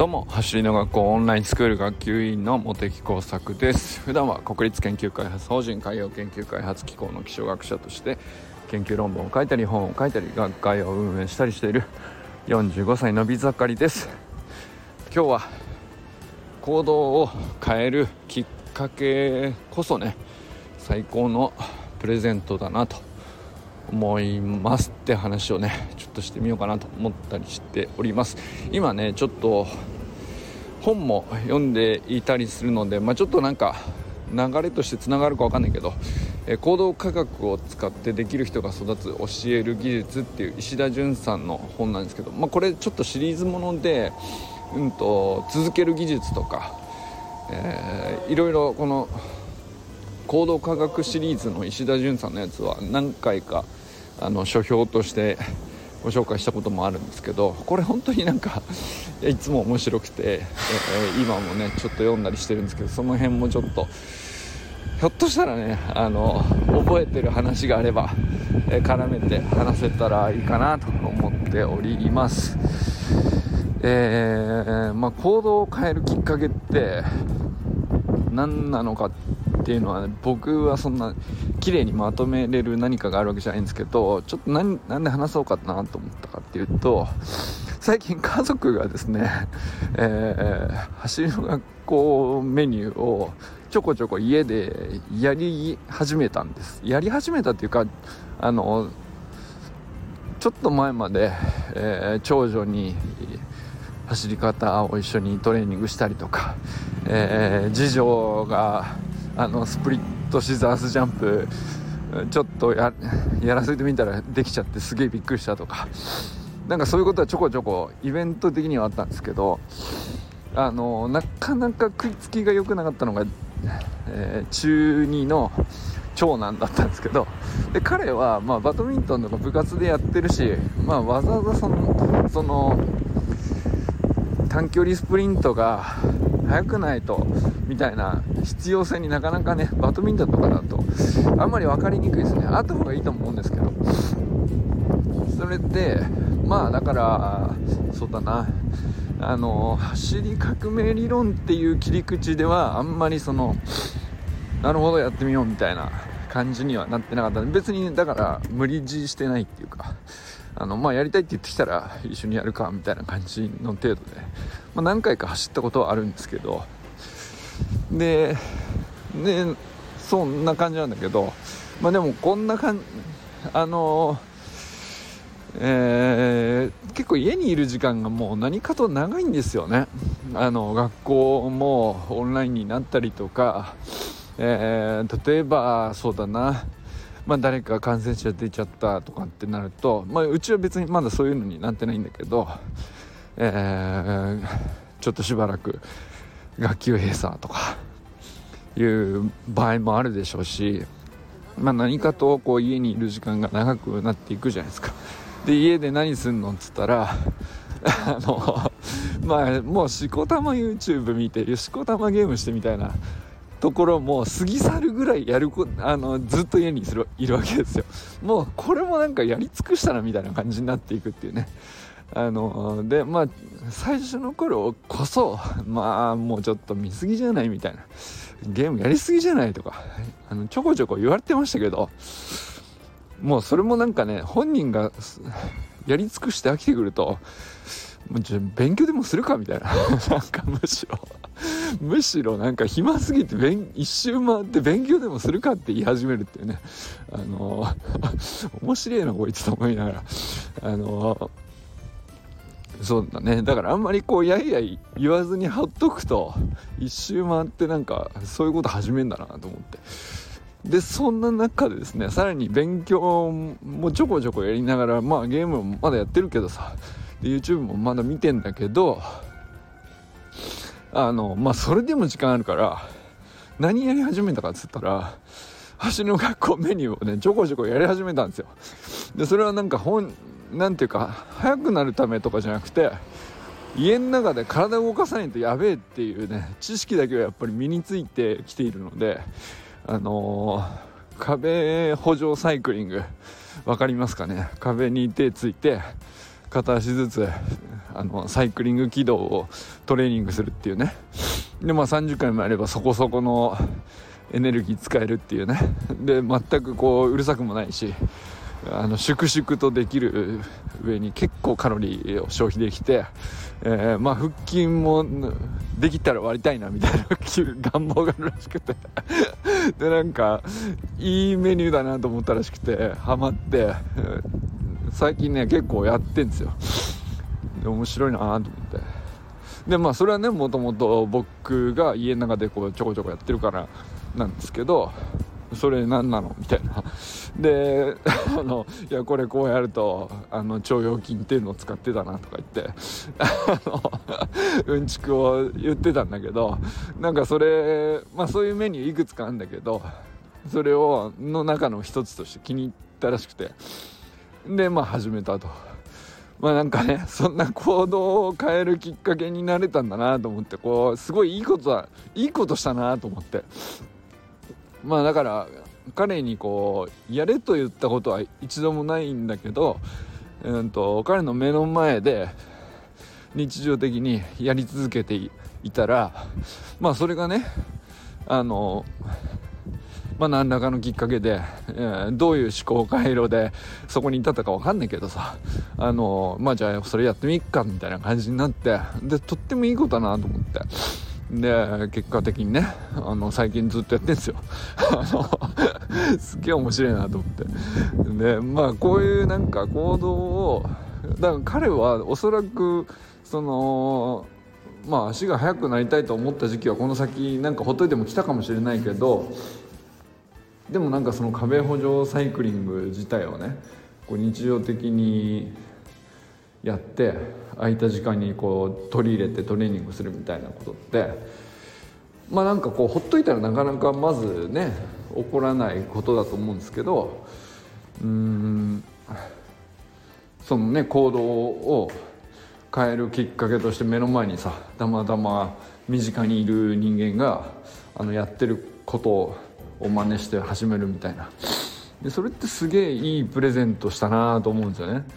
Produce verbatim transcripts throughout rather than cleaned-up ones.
どうも、走りの学校オンラインスクール学級委員の茂木耕作です。普段は国立研究開発法人海洋研究開発機構の気象学者として研究論文を書いたり本を書いたり学会を運営したりしているよんじゅうごさいのび盛りです。今日は行動を変えるきっかけこそね、最高のプレゼントだなと思いますって話をねちょっとしてみようかなと思ったりしております。今ねちょっと本も読んでいたりするので、まあ、ちょっとなんか流れとしてつながるか分かんないけど、え行動科学を使ってできる人が育つ教える技術っていう石田純さんの本なんですけど、まあ、これちょっとシリーズもので、うん、と続ける技術とか、えー、いろいろこの行動科学シリーズの石田純さんのやつは何回かあの書評としてご紹介したこともあるんですけど、これ本当になんかいつも面白くて、えー、今もねちょっと読んだりしてるんですけど、その辺もちょっとひょっとしたらねあの覚えてる話があれば、えー、絡めて話せたらいいかなと思っております。えーまあ、行動を変えるきっかけって何なのかっていうのは、ね、僕はそんな綺麗にまとめれる何かがあるわけじゃないんですけど、ちょっと 何, 何で話そうかなと思ったかっていうと、最近家族がですね、えー、走りの学校メニューをちょこちょこ家でやり始めたんです。やり始めたっていうか、あのちょっと前まで、えー、長女に走り方を一緒にトレーニングしたりとか、えー、次女があのスプリットシザースジャンプちょっと や, やらせてみたらできちゃってすげえびっくりしたとか、なんかそういうことはちょこちょこイベント的にはあったんですけど、あのなかなか食いつきが良くなかったのが、えー、中にの長男だったんですけど、で彼は、まあ、バドミントンとか部活でやってるし、まあ、わざわざその、その短距離スプリントが速くないとみたいな必要性になかなかね、バドミントンとかだとあんまり分かりにくいですね。あった方がいいと思うんですけど、それでまあだからそうだな、あの走り革命理論っていう切り口ではあんまりそのなるほどやってみようみたいな感じにはなってなかった。別にだから無理強いしてないっていうか、あのまあやりたいって言ってきたら一緒にやるかみたいな感じの程度で、まあ、何回か走ったことはあるんですけど、ででそんな感じなんだけど、まあでもこんな感じ、あのえー、結構家にいる時間がもう何かと長いんですよね。あの学校もオンラインになったりとか、えー、例えばそうだな、まあ、誰か感染者出ちゃったとかってなると、まあ、うちは別にまだそういうのになってないんだけど、えー、ちょっとしばらく学級閉鎖とかいう場合もあるでしょうし、まあ、何かとこう家にいる時間が長くなっていくじゃないですか。で家で何すんのっつったらあのまあもうしこたま YouTube 見てしこたまゲームしてみたいなところも過ぎ去るぐらいやるこあのずっと家にするいるわけですよ。もうこれもなんかやり尽くしたなみたいな感じになっていくっていうね。あのでまあ最初の頃こそまあもうちょっと見過ぎじゃないみたいな、ゲームやりすぎじゃないとかあのちょこちょこ言われてましたけど、もうそれもなんかね本人がやり尽くして飽きてくるともうじゃ勉強でもするかみたいななんかむしろむしろなんか暇すぎて一周回って勉強でもするかって言い始めるっていうね、あの面白いなこいつと思いながら、あのそうだね、だからあんまりこうやいやい言わずにほっとくと一周回ってなんかそういうこと始めんだなと思って、でそんな中でですね、さらに勉強もちょこちょこやりながら、まあゲームもまだやってるけどさ、で YouTube もまだ見てんだけど、あのまあそれでも時間あるから何やり始めたかっつったら、走りの学校メニューをねちょこちょこやり始めたんですよ。でそれはなんか本なんていうか速くなるためとかじゃなくて、家の中で体を動かさないとやべえっていうね知識だけはやっぱり身についてきているので、あのー、壁補助サイクリングわかりますかね。壁に手ついて片足ずつあのサイクリング軌道をトレーニングするっていうね。でまあさんじゅっかいもやればそこそこのエネルギー使えるっていうね。で全くこううるさくもないし、あの粛々とできる上に結構カロリーを消費できて、えー、まあ腹筋もできたら割りたいなみたいな願望があるらしくてでなんかいいメニューだなと思ったらしくてハマって、最近ね結構やってんですよ。で面白いなと思って、でまあそれはねもともと僕が家の中でこうちょこちょこやってるからなんですけど、それ何なのみたいな。であのいやこれこうやるとあの腸腰筋っていうのを使ってたなとか言ってあのうんちくを言ってたんだけど、なんかそれまあそういうメニューいくつかあるんだけど、それをの中の一つとして気に入ったらしくて、でまあ始めたと。まあなんかねそんな行動を変えるきっかけになれたんだなと思って、こうすごいいいことだいいことしたなと思って、まあだから彼にこうやれと言ったことは一度もないんだけど、うんと彼の目の前で日常的にやり続けていたら、まあそれがねあのまあ何らかのきっかけで、えー、どういう思考回路でそこに至ったか分かんないけどさ、あのまあじゃあそれやってみっかみたいな感じになって、でとってもいいことだなと思って、で結果的にねあの最近ずっとやってんですよあのすっげえ面白いなと思って、でまあこういうなんか行動を、だから彼はおそらくそのまあ足が速くなりたいと思った時期はこの先なんかほっといても来たかもしれないけど、でもなんかその壁補助サイクリング自体をねこう日常的にやって空いた時間にこう取り入れてトレーニングするみたいなことって、まあなんかこうほっといたらなかなかまずね起こらないことだと思うんですけど、うーんそのね行動を変えるきっかけとして目の前にさたまたま身近にいる人間があのやってることを真似して始めるみたいな、でそれってすげえいいプレゼントしたなと思うんですよね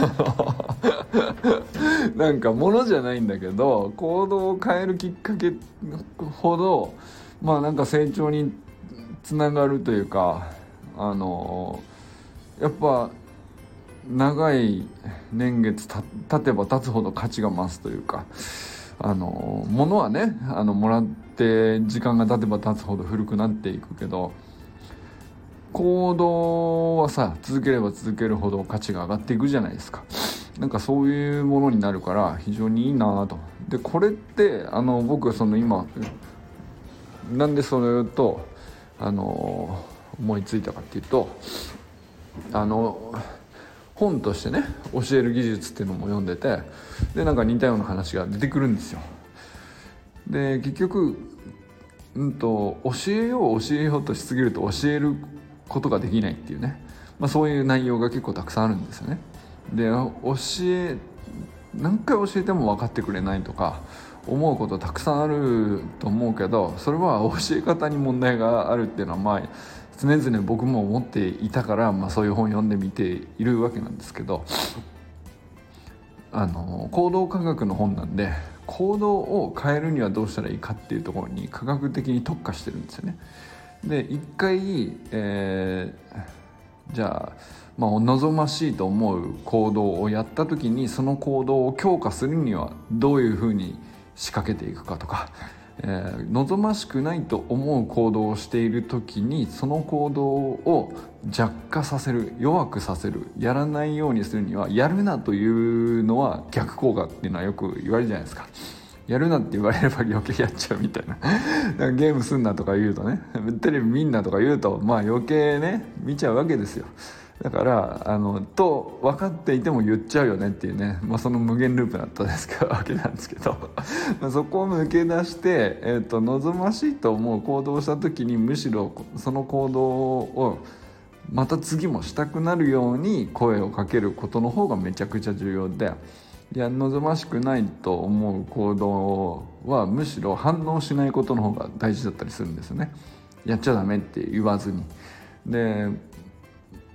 なんか物じゃないんだけど行動を変えるきっかけほどまあなんか成長につながるというか、あのやっぱ長い年月た経てば経つほど価値が増すというか、あの物はねあのもらって時間が経てば経つほど古くなっていくけど、行動はさ続ければ続けるほど価値が上がっていくじゃないですか。なんかそういうものになるから非常にいいなと。でこれってあの僕はその今なんでそれとあの思いついたかっていうと、あの本としてね教える技術っていうのも読んでて、でなんか似たような話が出てくるんですよ。で結局、うんと、教えよう教えようとしすぎると教えることができないっていうね、まあ、そういう内容が結構たくさんあるんですよね。で教え何回教えても分かってくれないとか思うことたくさんあると思うけど、それは教え方に問題があるっていうのはまあ常々僕も思っていたから、まあ、そういう本を読んでみているわけなんですけど、あの行動科学の本なんで行動を変えるにはどうしたらいいかっていうところに科学的に特化してるんですよね。で一回、えー、じゃあ、まあ、望ましいと思う行動をやった時にその行動を強化するにはどういうふうに仕掛けていくかとか、えー、望ましくないと思う行動をしている時にその行動を弱化させる弱くさせるやらないようにするにはやるなというのは逆効果っていうのはよく言われるじゃないですか。やるなって言われれば余計やっちゃうみたいなだからゲームすんなとか言うとねテレビ見んなとか言うとまあ余計ね見ちゃうわけですよ。だからあのと分かっていても言っちゃうよねっていうね、まあ、その無限ループだったですかわけなんですけどそこを抜け出して、えーと、望ましいと思う行動をした時にむしろその行動をまた次もしたくなるように声をかけることの方がめちゃくちゃ重要で、いや望ましくないと思う行動はむしろ反応しないことの方が大事だったりするんですよね。やっちゃダメって言わずに。で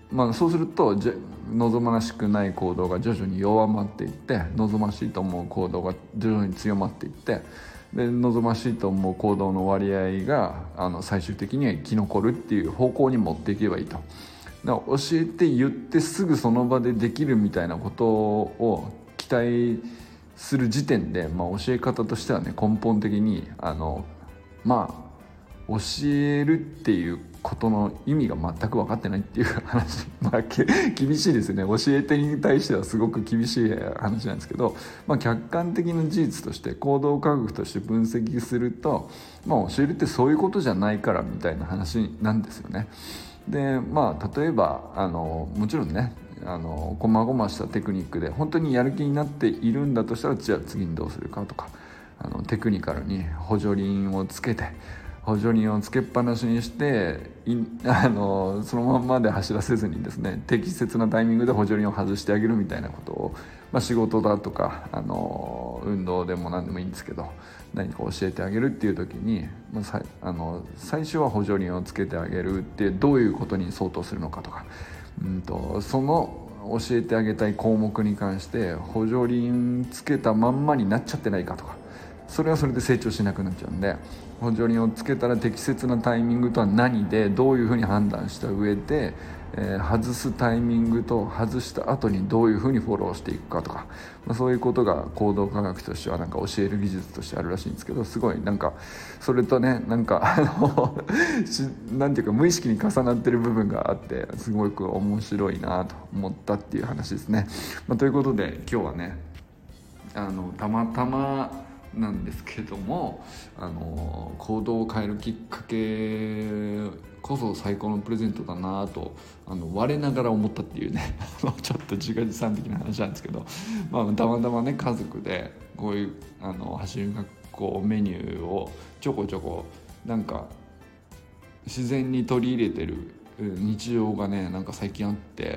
まあ、そうするとじ望ましくない行動が徐々に弱まっていって、望ましいと思う行動が徐々に強まっていって、で望ましいと思う行動の割合があの最終的には生き残るっていう方向に持っていけばいいと。だから教えて言ってすぐその場でできるみたいなことを期待する時点で、まあ、教え方としてはね根本的にあのまあ教えるっていうことの意味が全く分かってないっていう話、まあ、厳しいですね。教え手に対してはすごく厳しい話なんですけど、まあ、客観的な事実として行動科学として分析すると、まあ、教えるってそういうことじゃないからみたいな話なんですよね。でまあ例えばあのもちろんねあのこまごましたテクニックで本当にやる気になっているんだとしたら、じゃあ次にどうするかとか、あのテクニカルに補助輪をつけて補助輪をつけっぱなしにしていあのそのままで走らせずにですね、適切なタイミングで補助輪を外してあげるみたいなことを、まあ、仕事だとかあの運動でも何でもいいんですけど、何か教えてあげるっていう時に、まあ、さあの最初は補助輪をつけてあげるってどういうことに相当するのかとか、うんとその教えてあげたい項目に関して補助輪つけたまんまになっちゃってないかとか、それはそれで成長しなくなっちゃうんで、補助輪をつけたら適切なタイミングとは何でどういうふうに判断した上で、えー、外すタイミングと外した後にどういうふうにフォローしていくかとか、まあ、そういうことが行動科学としてはなんか教える技術としてあるらしいんですけど、すごいなんかそれとねなんかあのなんていうか無意識に重なってる部分があってすごく面白いなと思ったっていう話ですね。まあ、ということで今日はねあのたまたまなんですけども、あの行動を変えるきっかけこそ最高のプレゼントだなとあの我ながら思ったっていうねちょっと自画自賛的な話なんですけど、まあ、たまたまね家族でこういうあの走り学校メニューをちょこちょこなんか自然に取り入れてる日常がねなんか最近あって、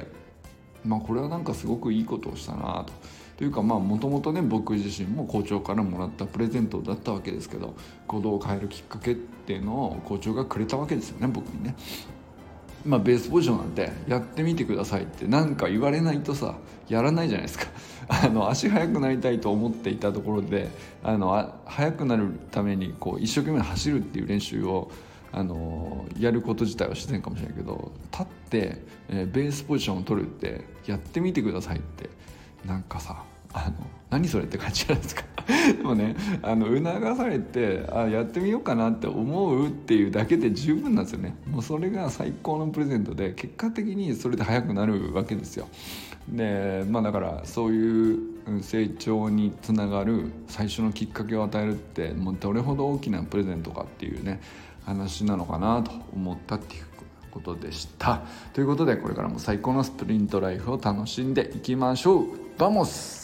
まあこれはなんかすごくいいことをしたなと。というかまあもともとね僕自身も校長からもらったプレゼントだったわけですけど、行動を変えるきっかけっていうのを校長がくれたわけですよね僕にね。まあベースポジションなんてやってみてくださいってなんか言われないとさやらないじゃないですかあの足速くなりたいと思っていたところであのあ速くなるためにこう一生懸命走るっていう練習をあのやること自体は自然かもしれないけど、立って、えー、ベースポジションを取るってやってみてくださいってなんかさあの何それって感じじゃないですかでもねあの促されてあやってみようかなって思うっていうだけで十分なんですよね。もうそれが最高のプレゼントで結果的にそれで速くなるわけですよ。でまあだからそういう成長につながる最初のきっかけを与えるってもうどれほど大きなプレゼントかっていうね話なのかなと思ったっていうことでした。ということでこれからも最高のスプリントライフを楽しんでいきましょう。バモス。